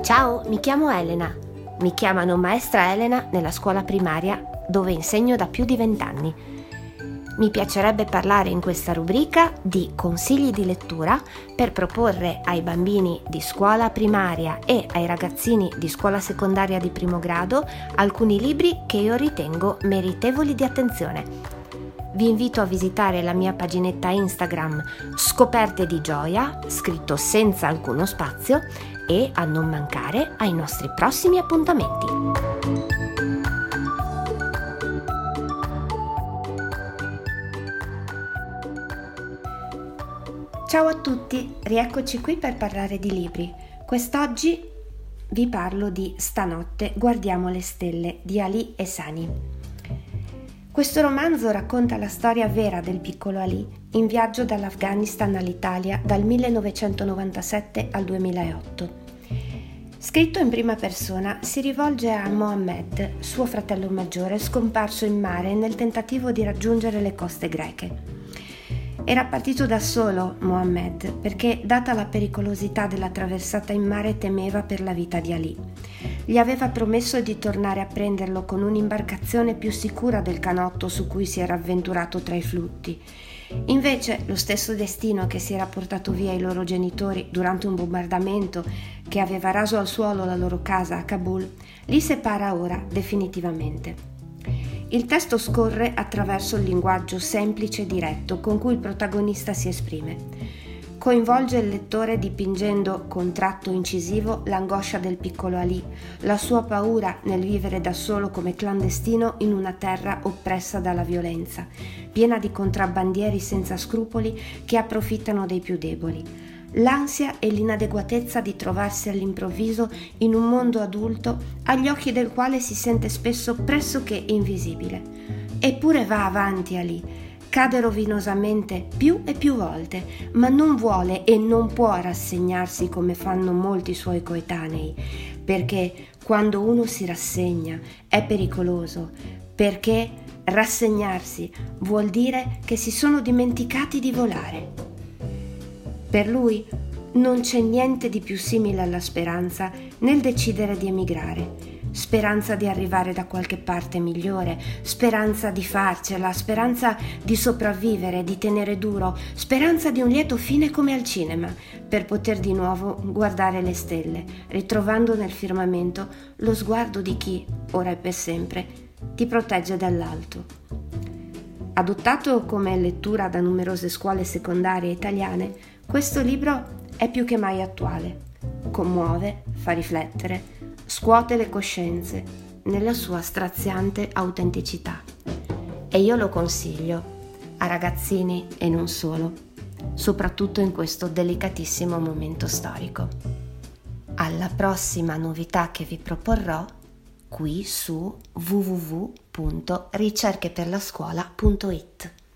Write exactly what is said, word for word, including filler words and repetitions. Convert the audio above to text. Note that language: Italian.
Ciao, mi chiamo Elena. Mi chiamano Maestra Elena nella scuola primaria dove insegno da più di vent'anni. Mi piacerebbe parlare in questa rubrica di consigli di lettura per proporre ai bambini di scuola primaria e ai ragazzini di scuola secondaria di primo grado alcuni libri che io ritengo meritevoli di attenzione. Vi invito a visitare la mia paginetta Instagram Scoperte di Gioia, scritto senza alcuno spazio, e a non mancare ai nostri prossimi appuntamenti. Ciao a tutti, rieccoci qui per parlare di libri. Quest'oggi vi parlo di Stanotte guardiamo le stelle di Ali Ehsani. Questo romanzo racconta la storia vera del piccolo Ali in viaggio dall'Afghanistan all'Italia dal millenovecentonovantasette al duemilaotto. Scritto in prima persona, si rivolge a Mohammed, suo fratello maggiore, scomparso in mare nel tentativo di raggiungere le coste greche. Era partito da solo Mohammed perché, data la pericolosità della traversata in mare, temeva per la vita di Ali. Gli aveva promesso di tornare a prenderlo con un'imbarcazione più sicura del canotto su cui si era avventurato tra i flutti. Invece, lo stesso destino che si era portato via i loro genitori durante un bombardamento che aveva raso al suolo la loro casa a Kabul, li separa ora definitivamente. Il testo scorre attraverso il linguaggio semplice e diretto con cui il protagonista si esprime. Coinvolge il lettore dipingendo con tratto incisivo l'angoscia del piccolo Ali, la sua paura nel vivere da solo come clandestino in una terra oppressa dalla violenza, piena di contrabbandieri senza scrupoli che approfittano dei più deboli, l'ansia e l'inadeguatezza di trovarsi all'improvviso in un mondo adulto agli occhi del quale si sente spesso pressoché invisibile. Eppure va avanti Ali. Cade rovinosamente più e più volte, ma non vuole e non può rassegnarsi come fanno molti suoi coetanei, perché quando uno si rassegna è pericoloso, perché rassegnarsi vuol dire che si sono dimenticati di volare. Per lui non c'è niente di più simile alla speranza nel decidere di emigrare. Speranza di arrivare da qualche parte migliore, speranza di farcela, speranza di sopravvivere, di tenere duro, speranza di un lieto fine come al cinema, per poter di nuovo guardare le stelle, ritrovando nel firmamento lo sguardo di chi, ora e per sempre, ti protegge dall'alto. Adottato come lettura da numerose scuole secondarie italiane, questo libro è più che mai attuale. Commuove, fa riflettere, scuote le coscienze nella sua straziante autenticità. E io lo consiglio a ragazzini e non solo, soprattutto in questo delicatissimo momento storico. Alla prossima novità che vi proporrò qui su w w w punto ricerche per la scuola punto i t.